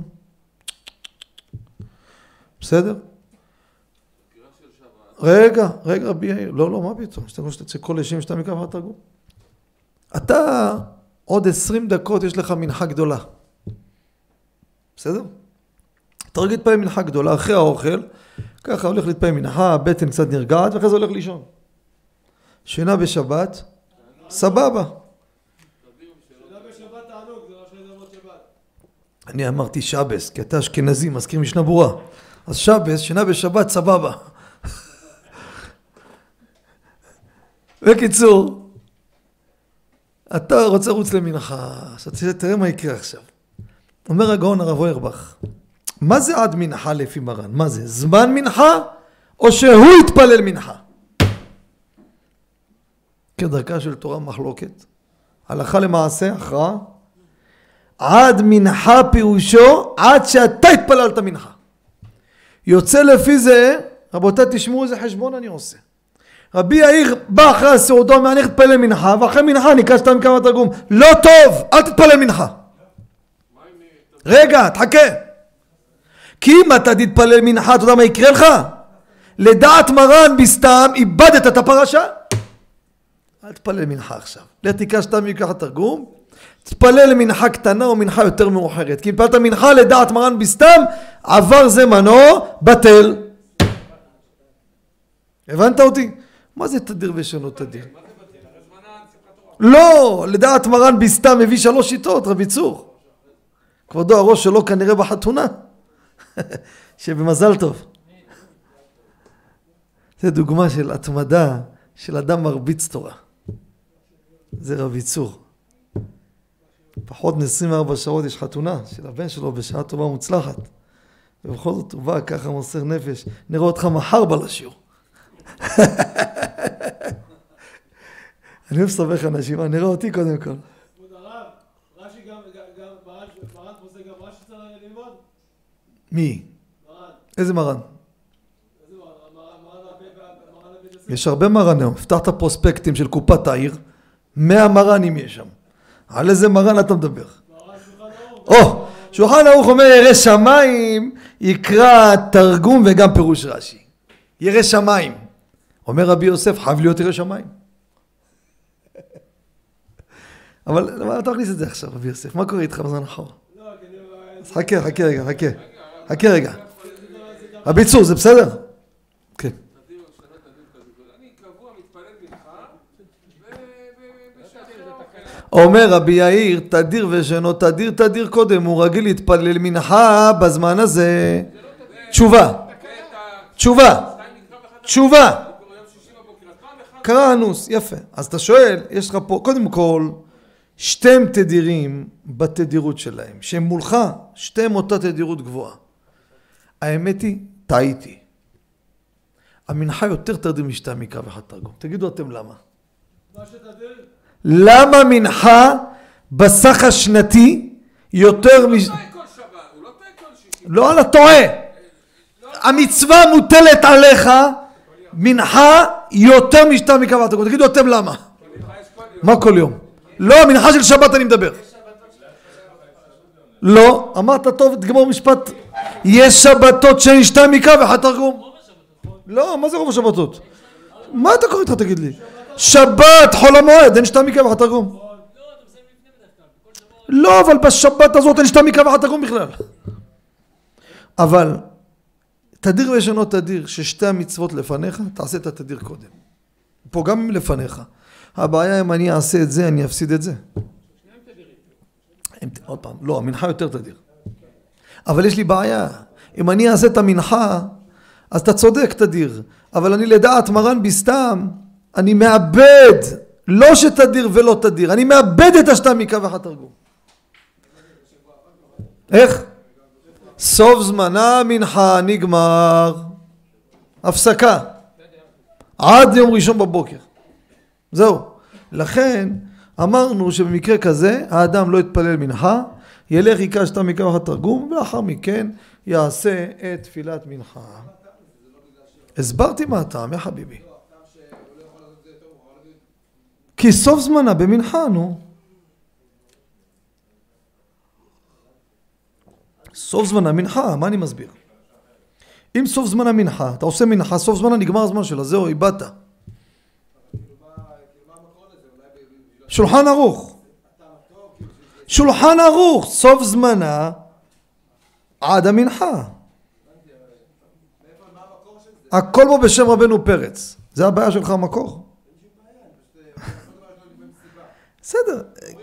בסדר? רגע, רגע רבי יאיר, לא, לא, מה פתאום? שאתה חושב שתצא כל השם שאתה מקו אחד תרגום? אתה עוד עשרים דקות יש לך מנחה גדולה. בסדר? תרגיל להתפעל מנחה גדולה, אחרי האוכל, ככה הולך להתפעל מנחה, הבטן קצת נרגעת, ואחרי זה הולך לישון. שינה בשבת, סבבה. שינה בשבת תענוג, זה לא שזה שבת. אני אמרתי שבס, כי אתה אשכנזי, מזכיר משנה ברורה. אז שבס, שינה בשבת, סבבה. בקיצור, אתה רוצה רוץ למנחה, תראה מה יקרה עכשיו. אומר הגאון הרב אוירבך, מה זה עד מנחה לפי מרן? מה זה? זמן מנחה או שהוא יתפלל מנחה? כדרכה של תורה מחלוקת. הלכה למעשה, הכרעה. עד מנחה פירושו עד שאתה התפללת מנחה. יוצא לפי זה, רבותיי תשמעו איזה חשבון אני עושה. רבי יאיר בא אחרי הסעודו, מעניך תתפלל מנחה, ואחרי מנחה ניקש את המקרא והתרגום. לא טוב, אל תתפלל מנחה. רגע, תחכה. כי אם אתה תתפלל מנחה, אתה יודע מה יקרה לך? לדעת מרן בסתם, איבדת את הפרשה. אל תתפלל מנחה עכשיו. לך תיקש את המקרא והתרגום, תתפלל מנחה קטנה או מנחה יותר מאוחרת. כי אם תתפללת מנחה לדעת מרן בסתם, עבר זמנו, בטל. הבנת אותי? מה זה תדיר ושנו תדיר? לא, לדעת מרן בסתם מביא שלוש שיטות, רבי צור. כבודו הראש שלו כנראה בחתונה. שבמזל טוב. זה דוגמה של התמדה של אדם מרביץ תורה. זה רבי צור. פחות מ-עשרים וארבע שעות יש חתונה של הבן שלו בשעה טובה מוצלחת. ובכל זאת הוא בא ככה מוסר נפש. נראה אותך מחר בלשיעור. אני מסבך אנשים, נראה אותי קודם כל. כבוד הרב, רש"י גם, מרן פוסק גם רש"י צריך ללמוד? מי? מרן. איזה מרן? איזה מרן? מרן הבן יוסף? יש הרבה מרנים, פתח את הפרוספקטים של קופת העיר, מאה מרנים יש שם. על איזה מרן אתה מדבר? מרן שולחן ערוך. או, שולחן ערוך אומר ירא שמיים, יקרא תרגום וגם פירוש רש"י. ירא שמיים. אומר רבי יוסף, חייב להיות ירא שמיים. אבל למה אתה תכניס את זה עכשיו, רבי יוסף? מה קורה איתך בזמן אחורה? לא, כי אני... אז חכה, חכה רגע, חכה. חכה רגע. רבי צור, זה בסדר? כן. אני קבוע מתפלל מנחה, אומר רבי יאיר, תדיר ושנו תדיר, תדיר קודם, הוא רגיל להתפלל מנחה בזמן הזה. תשובה. תשובה. תשובה. קרא אנוס, יפה. אז אתה שואל, יש לך פה, קודם כל, שתיהם תדירים בתדירות שלהם, שהם מולך, שתיהם אותה תדירות גבוהה. האמת היא, טעיתי. המנחה יותר תדיר משתי המקרא ואחד תרגום. תגידו אתם למה. מה שתדיר? למה מנחה בסך השנתי יותר מש... הוא לא טועה כל שבת, הוא לא טועה כל שישי. לא על הטועה. המצווה מוטלת עליך מנחה יותר משתי המקרא ואחד תרגום. תגידו אתם למה. מה כל יום? לא, המנחה של שבת אני מדבר. לא, אמרת טוב, תגמור משפט. יש שבתות שאין שתי המקרא ואחד תרגום. לא, מה זה רוב השבתות? מה אתה קורא איתך, תגיד לי? שבת, חול המועד, אין שתי המקרא ואחד תרגום. לא, אבל בשבת הזאת אין שתי המקרא ואחד תרגום בכלל. אבל תדיר וישנות תדיר, ששתי המצוות לפניך, תעשה את התדיר קודם. פה גם לפניך. הבעיה אם אני אעשה את זה, אני אפסיד את זה. עוד פעם, לא, המנחה יותר תדיר. אבל יש לי בעיה. אם אני אעשה את המנחה, אז אתה צודק תדיר. אבל אני לדעת מרן בסתם, אני מאבד, לא שתדיר ולא תדיר, אני מאבד את השתי המקרא ואחד תרגום. איך? סוף זמנה מנחה נגמר. הפסקה. עד יום ראשון בבוקר. זהו. לכן אמרנו שבמקרה כזה האדם לא יתפלל מנחה, ילך יקרא שתי המקרא ואחד תרגום, ולאחר מכן יעשה את תפילת מנחה. הסברתי מה הטעם, יא חביבי. כי סוף זמנה במנחה, נו. סוף זמנה מנחה, מה אני מסביר? אם סוף זמנה מנחה, אתה עושה מנחה, סוף זמנה נגמר הזמן שלה, זהו, איבדת. שולחן ערוך. שולחן ערוך, סוף זמנה עד המנחה. הכל בו בשם רבנו פרץ. זה הבעיה שלך המקור? בסדר.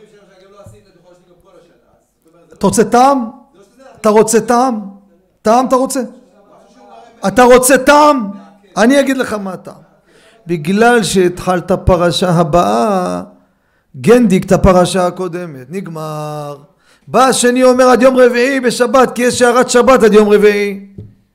אתה רוצה טעם? אתה רוצה טעם? טעם אתה רוצה? אתה רוצה טעם? אני אגיד לך מה הטעם. בגלל שהתחלת פרשה הבאה, גנדיק את הפרשה הקודמת, נגמר. בא השני אומר עד יום רביעי בשבת, כי יש שערת שבת עד יום רביעי.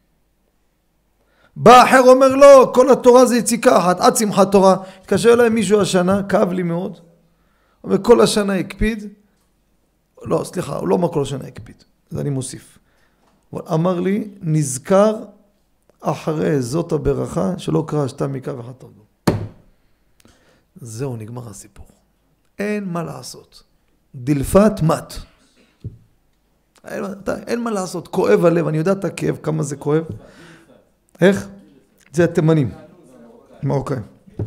בא אחר אומר לא, כל התורה זה יציקה אחת, עד שמחת תורה. התקשר אליי מישהו השנה, כאב לי מאוד, וכל השנה הקפיד, לא סליחה, הוא לא אומר כל השנה הקפיד, אז אני מוסיף. אבל אמר לי, נזכר אחרי זאת הברכה שלא קרא שתי המקרא ואחד תרגום. זהו, נגמר הסיפור. אין מה לעשות. דלפת מת. אין, אין מה לעשות, כואב הלב, אני יודע את הכאב, כמה זה כואב. איך? זה התימנים. מרוקאים.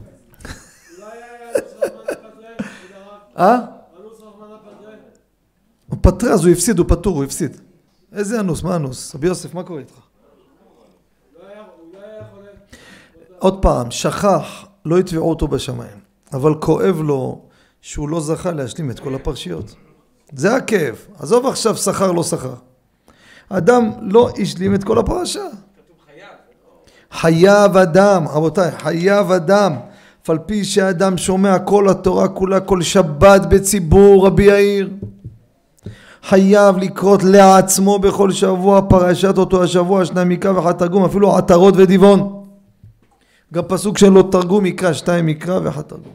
אה? הוא פטרה, אז הוא הפסיד, הוא פטור, הוא הפסיד. איזה אנוס? מה אנוס? רבי יוסף, מה קורה איתך? עוד פעם, שכח, לא יתבעו אותו בשמיים, אבל כואב לו שהוא לא זכה להשלים את כל הפרשיות. זה הכאב. עזוב עכשיו שכר לא שכר. אדם לא השלים את כל הפרשה. חייב אדם, רבותיי, חייב אדם, על פי שאדם שומע כל התורה כולה, כל שבת בציבור רבי יאיר, חייב לקרות לעצמו בכל שבוע פרשת אותו השבוע, שני מקרא ואחד תרגום, אפילו עטרות ודיבון. גם פסוק שלו תרגום יקרא, שתיים מקרא ואחד תרגום.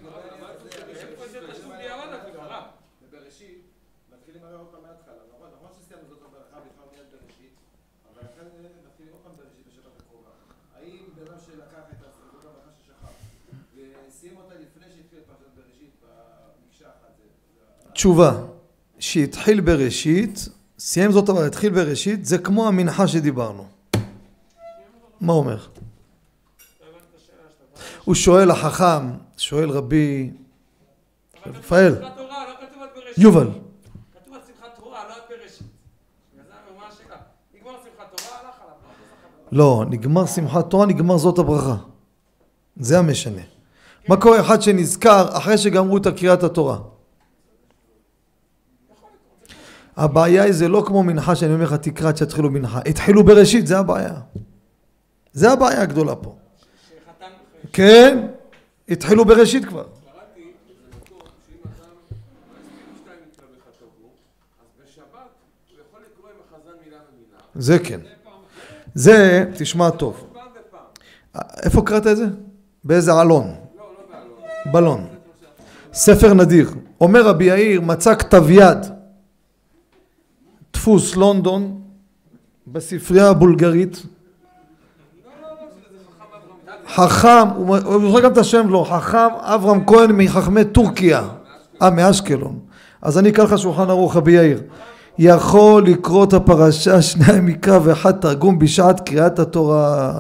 תשובה, שהתחיל בראשית, סיים זאת אבל התחיל בראשית, זה כמו המנחה שדיברנו. מה אומר? הוא שואל החכם, שואל רבי רפאל, יובל. כתוב על שמחת תורה, לא על בראשית. נגמר שמחת תורה, הלך עליו. לא, נגמר שמחת תורה, נגמר זאת הברכה. זה המשנה. מה קורה אחד שנזכר אחרי שגמרו את קריאת התורה? הבעיה היא זה לא כמו מנחה שאני אומר לך תקרא שהתחילו מנחה. התחילו בראשית, זה הבעיה. זה הבעיה הגדולה פה. כן, התחילו בראשית כבר. קראתי במקום שאם אדם עשרים ושתיים מקרא ואחד תרגום, אז בשבת הוא יכול לקרוא עם החזן מילה ומילה. זה כן. זה, תשמע טוב. איפה קראת את זה? באיזה אלון? לא, לא באלון. בלון. ספר נדיר. אומר רבי יאיר, מצא כתב יד, דפוס לונדון, בספרייה הבולגרית. חכם, הוא זוכר גם את השם לו, חכם אברהם כהן מחכמי טורקיה. אה, מאשקלון. אז אני אקרא לך שולחן ערוך רבי יאיר. יכול לקרוא את הפרשה שניים מקרא ואחד תרגום בשעת קריאת התורה.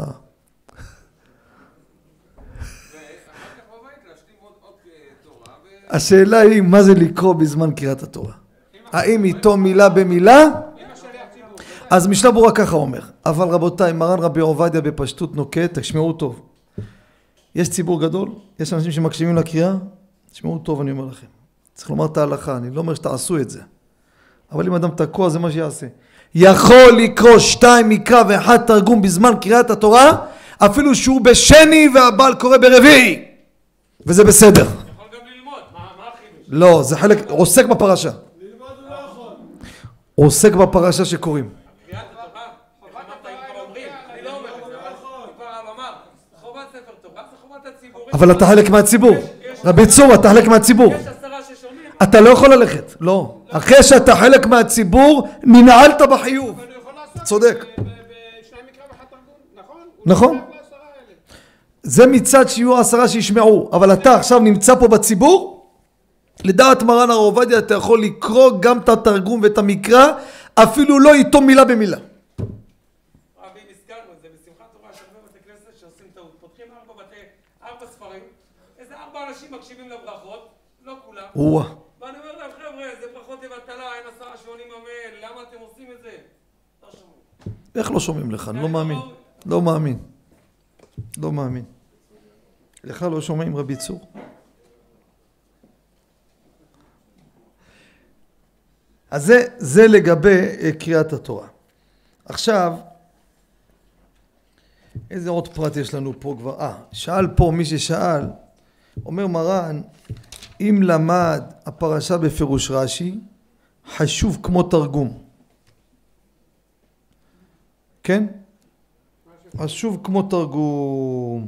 השאלה היא מה זה לקרוא בזמן קריאת התורה. האם איתו מילה במילה? אז משנה ברורה ככה אומר. אבל רבותיי, מרן רבי עובדיה בפשטות נוקט, תשמעו טוב. יש ציבור גדול, יש אנשים שמקשיבים לקריאה, תשמעו טוב, אני אומר לכם. צריך לומר את ההלכה, אני לא אומר שתעשו את זה. אבל אם אדם תקוע זה מה שיעשה. יכול לקרוא שתיים מקרא ואחד תרגום בזמן קריאת התורה, אפילו שהוא בשני והבעל קורא ברביעי. וזה בסדר. יכול גם ללמוד, מה החידוש? לא, זה חלק, עוסק בפרשה. ללמוד הוא לא יכול. עוסק בפרשה שקוראים. קריאת התורה, חובת התורה כבר אומרים, אני לא אומר את זה, אבל כבר הרב אמר, חובת ספר תורה זה חובת הציבור. אבל אתה חלק מהציבור. רבי צור, אתה חלק מהציבור. יש עשרה ששומעים. אתה לא יכול ללכת, לא. אחרי שאתה חלק מהציבור, ננעלת בחיוב. אבל הוא יכול לעשות צודק. בשניים מקרא ואחד תרגום, נכון? נכון. הוא לא לעשרה האלה. זה מצד שיהיו עשרה שישמעו, אבל אתה עכשיו נמצא פה בציבור, לדעת מרן הרב עובדיה אתה יכול לקרוא גם את התרגום ואת המקרא, אפילו לא איתו מילה במילה. רבי, נזכרנו את זה, בשמחת תורה יש הרבה בתי כנסת שעושים טעות, פותחים ארבע בתי, ארבע ספרים, איזה ארבע אנשים מקשיבים לברכות, לא כולם. וואה. ואני אומר להם, חבר'ה, זה ברכות לבטלה, אין עשרה שעונים אמן, למה אתם עושים את זה? לא שומעים. איך לא שומעים לך? אני לא מאמין. לא מאמין. לא מאמין. לך לא שומעים רבי צור? אז זה, זה לגבי קריאת התורה. עכשיו, איזה עוד פרט יש לנו פה כבר? אה, שאל פה מי ששאל, אומר מרן, אם למד הפרשה בפירוש רש"י, חשוב כמו תרגום. כן? חשוב כמו תרגום.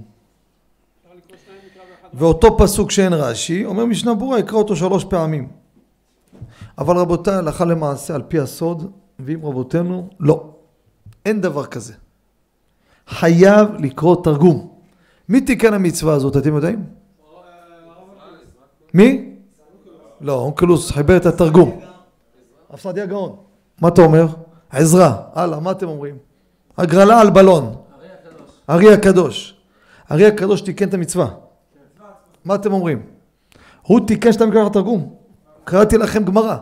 ואותו פסוק שאין רש"י, אומר משנה ברורה, יקרא אותו שלוש פעמים. אבל רבותיי, הלכה למעשה על פי הסוד, ואם רבותינו, לא. אין דבר כזה. חייב לקרוא תרגום. מי תיקן המצווה הזאת, אתם יודעים? מי? לא, אונקלוס חיבר את התרגום. רב סעדיה גאון. מה אתה אומר? עזרא. הלאה, מה אתם אומרים? הגרלה על בלון. ארי הקדוש. ארי הקדוש תיקן את המצווה. מה אתם אומרים? הוא תיקן שאתה מקרא התרגום. קראתי לכם גמרא.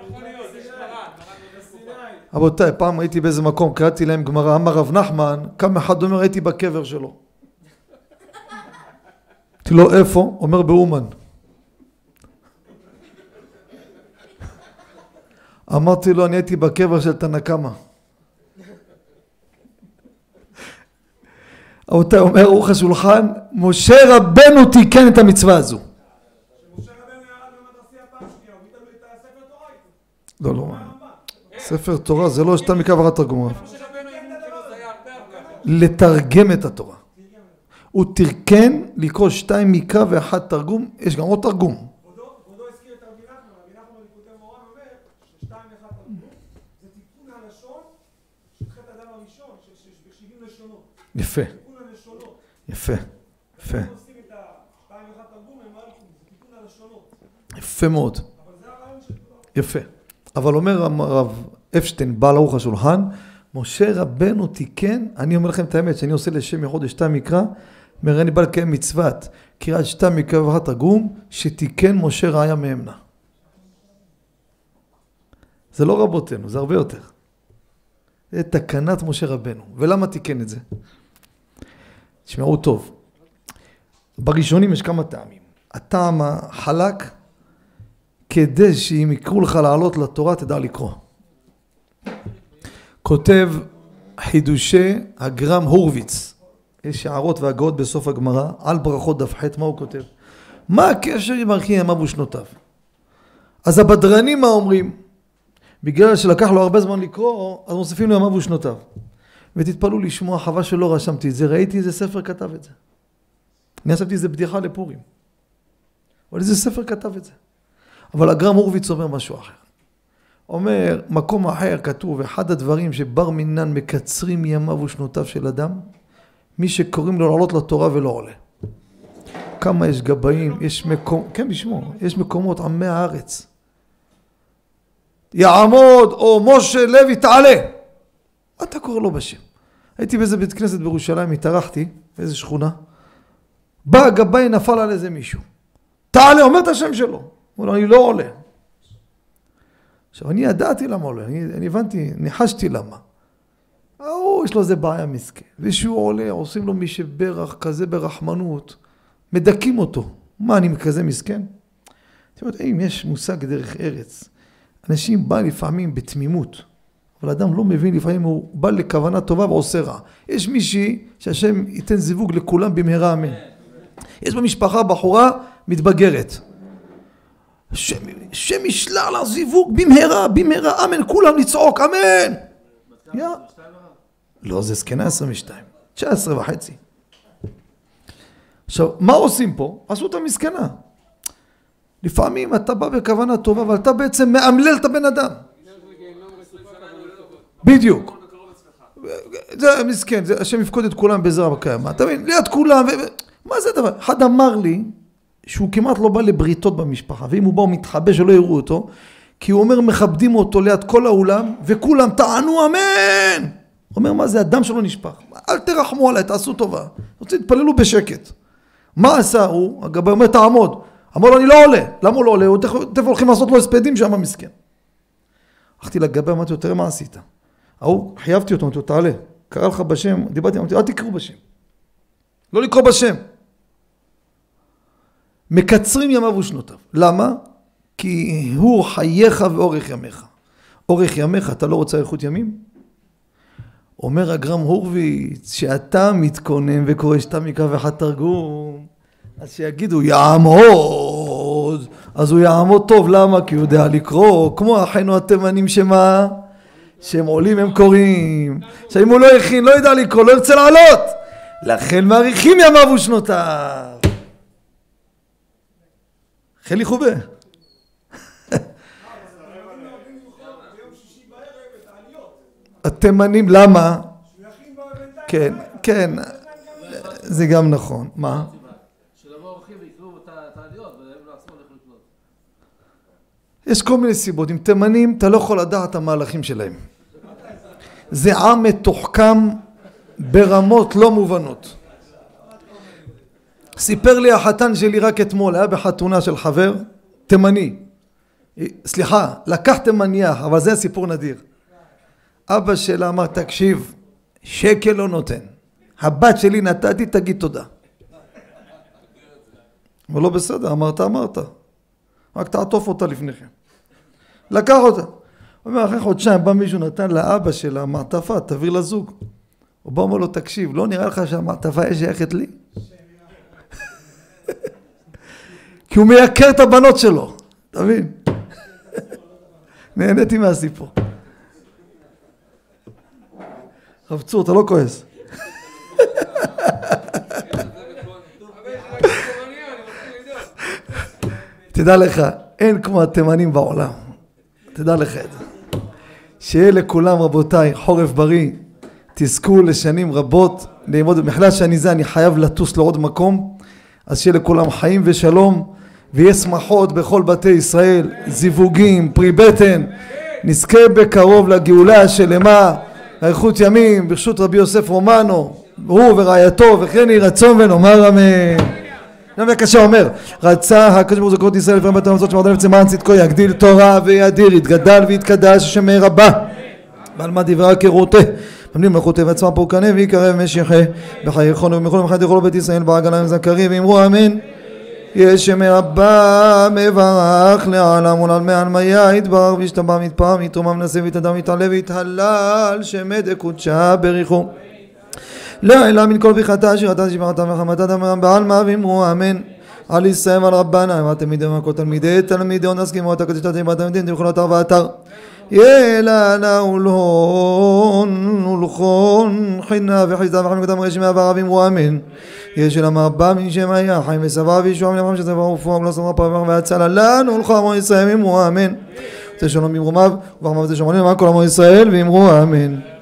רבותיי, פעם הייתי באיזה מקום, קראתי להם גמרא, אמר רב נחמן, כמה אחד אומר, הייתי בקבר שלו. אמרתי לו, איפה? אומר באומן. אמרתי לו, אני הייתי בקבר של תנא קמא. רבותיי, אומר ערוך השולחן, משה רבנו תיקן את המצווה הזו. שמשה רבנו ירד במדרסייה פעם שנייה, הוא ביטל את הספר תורה איתו. לא, לא. ספר תורה זה לא שאתה מקרא ואחד תרגום. לתרגם את התורה. הוא תרקן לקרוא שתיים מקרא ואחד תרגום, יש גם עוד תרגום. כבודו הזכיר את רבי נחמן, רבי נחמן בליקוטי מורן אומר ששתיים ואחד תרגום זה תיקון הלשון של חטא האדם הראשון, שבשבעים לשונות. יפה. תיקון הלשונות. יפה. יפה. הם עושים את השתיים ואחד תרגום, הם מלכות, זה תיקון הלשונות. יפה מאוד. אבל זה הרעיון של כולם. יפה. אבל אומר הרב אפשטיין, בעל ערוך השולחן, משה רבנו תיקן, אני אומר לכם את האמת, שאני עושה לשם יחוד שתיים מקרא, אומר אני בא לקיים מצוות, קריאת שתיים מקרא ואחד תרגום, שתיקן משה ראיה מאמנה. זה לא רבותינו, זה הרבה יותר. זה תקנת משה רבנו. ולמה תיקן את זה? תשמעו טוב. בראשונים יש כמה טעמים. הטעם החלק, כדי שאם יקראו לך לעלות לתורה, תדע לקרוא. כותב חידושי הגרם הורוביץ, יש הערות והגאות בסוף הגמרא, על ברכות דף ח', מה הוא כותב? מה הקשר עם ארכי ימיו ושנותיו? אז הבדרנים מה אומרים? בגלל שלקח לו הרבה זמן לקרוא, אז מוסיפים לו ימיו ושנותיו. ותתפלאו לשמוע, חבל שלא רשמתי את זה, ראיתי איזה ספר כתב את זה. אני חשבתי איזה בדיחה לפורים. אבל איזה ספר כתב את זה. אבל הגר"ם הורוביץ אומר משהו אחר. אומר, מקום אחר כתוב, אחד הדברים שבר מינן מקצרים ימיו ושנותיו של אדם, מי שקוראים לו לעלות לתורה ולא עולה. כמה יש גבאים, יש מקום, כן בשמו, יש מקומות עמי הארץ. יעמוד או משה לוי תעלה. אתה קורא לו בשם. הייתי באיזה בית כנסת בירושלים, התארחתי, באיזה שכונה. בא הגבאי, נפל על איזה מישהו. תעלה, אומר את השם שלו. הוא אומר, אני לא עולה. עכשיו, אני ידעתי למה עולה, אני, אני הבנתי, ניחשתי למה. הוא, יש לו איזה בעיה מסכן. ושהוא עולה, עושים לו מי שברך, כזה ברחמנות, מדקים אותו. מה, אני כזה מסכן? אתם יודעים, יש מושג דרך ארץ. אנשים בא לפעמים בתמימות, אבל אדם לא מבין, לפעמים הוא בא לכוונה טובה ועושה רע. יש מישהי שהשם ייתן זיווג לכולם במהרה אמן. יש במשפחה בחורה מתבגרת. שם, שם ישלח לה זיווג במהרה, במהרה, אמן, כולם לצעוק, אמן. יא. לא, זה זקנה עשרים ושתיים, תשע עשרה וחצי. עכשיו, מה עושים פה? עשו את המסכנה. לפעמים אתה בא בכוונה טובה, אבל אתה בעצם מאמלל את הבן אדם. בדיוק. זה מסכן, זה השם יפקוד את כולם בעזרה בקיימה. אתה מבין? ליד כולם, ו... מה זה דבר? אחד אמר לי שהוא כמעט לא בא לבריתות במשפחה, ואם הוא בא הוא מתחבא שלא יראו אותו, כי הוא אומר מכבדים אותו ליד כל האולם, וכולם טענו אמן. הוא אומר מה זה? אדם שלא נשפך. אל תרחמו עליי, תעשו טובה. רוצים, תפללו בשקט. מה עשה הוא? הגבאי אומר תעמוד. אמר לו אני לא עולה. למה הוא לא עולה? הוא תכף הולכים לעשות לו הספדים שם מסכן. הלכתי לגבאי, אמרתי לו תראה מה עשית. ההוא, חייבתי אותו, אמרתי לו תעלה. קרא לך בשם, דיברתי, אמרתי לו אל תקראו בשם. לא לקרוא בשם. מקצרים ימיו ושנותיו. למה? כי הוא חייך ואורך ימיך. אורך ימיך, אתה לא רוצה אריכות ימים? אומר הגר"ם הורוביץ, שאתה מתכונן וקורא שאתה מקרא ואחד תרגום, אז שיגידו יעמוד, אז הוא יעמוד טוב. למה? כי הוא יודע לקרוא, כמו אחינו התימנים שמה? שהם עולים הם קוראים. שאם הוא לא הכין, לא ידע לקרוא, לא ירצה לעלות. לכן מעריכים ימיו ושנותיו. חלי חובה. התימנים, למה? כן, כן, זה גם נכון. מה? יש כל מיני סיבות. עם תימנים אתה לא יכול לדעת את המהלכים שלהם. זה עם מתוחכם ברמות לא מובנות. סיפר לי החתן שלי רק אתמול, היה בחתונה של חבר, תימני. סליחה, לקח תימניה, אבל זה סיפור נדיר. אבא שלה אמר, תקשיב, שקל לא נותן. הבת שלי נתתי, תגיד תודה. אבל לא בסדר, אמרת, אמרת. רק תעטוף אותה לפניכם. לקח אותה. הוא אומר, אחרי חודשיים בא מישהו נתן לאבא שלה מעטפה, תביא לזוג. הוא בא אומר לו, תקשיב, לא נראה לך שהמעטפה יש שייכת לי? כי הוא מייקר את הבנות שלו. אתה מבין? נהניתי מהסיפור. רב צור, אתה לא כועס. תדע לך, אין כמו התימנים בעולם. תדע לך את זה. שיהיה לכולם רבותיי, חורף בריא, תזכו לשנים רבות, ללמוד במחלה שאני זה, אני חייב לטוס לעוד מקום, אז שיהיה לכולם חיים ושלום, ויהיה שמחות בכל בתי ישראל, זיווגים, פרי בטן, נזכה בקרוב לגאולה השלמה, אריכות ימים, ברשות רבי יוסף רומנו, הוא ורעייתו, וכן יהי רצון ונאמר אמן. נביא הקשה אומר, רצה הקדוש ברוך הוא זכות ישראל לפעמים בתי המצות שמרדו נפצה מען צדקו, יגדיל תורה וידיר, יתגדל ויתקדש השם רבה, ועל מה דברה כרותה, ממנים מלכותה ועצמה פורקנה ויקרב משיחה, בחיי חונו ומכל ומחד יכל בית ישראל בעגלה עם זכרי ואמרו אמן. יש מרבה מברך לעלם ולעלמי עלמיה יתברך וישתבח מתפאר מתרומה מנסה ויתאדם ויתעלה ויתהלל שמד קודשה בריחו לעילה מן כל ברכתה שירתה שבחתה וחמתה דמרם בעלמא ואמרו אמן. על ישראל ועל רבנה אמר תלמידי וכל תלמידי תלמידי ונסכימו את הקדוש תלמידי תלמידים תלכו לאתר ואתר ילנה ולהון ולכון חינה וחיזה וחיים קדם רשימה וערבים ואמן יש אלא מרבה מן שם היה חיים וסבא וישוע מן החיים שצבא ופועם לא סמרה פרמך והצלה לנו ולך עמו ישראל ואמרו אמן. זה שלום במרומיו וברחמיו זה שמונים למען כל עמו ישראל ואמרו אמן.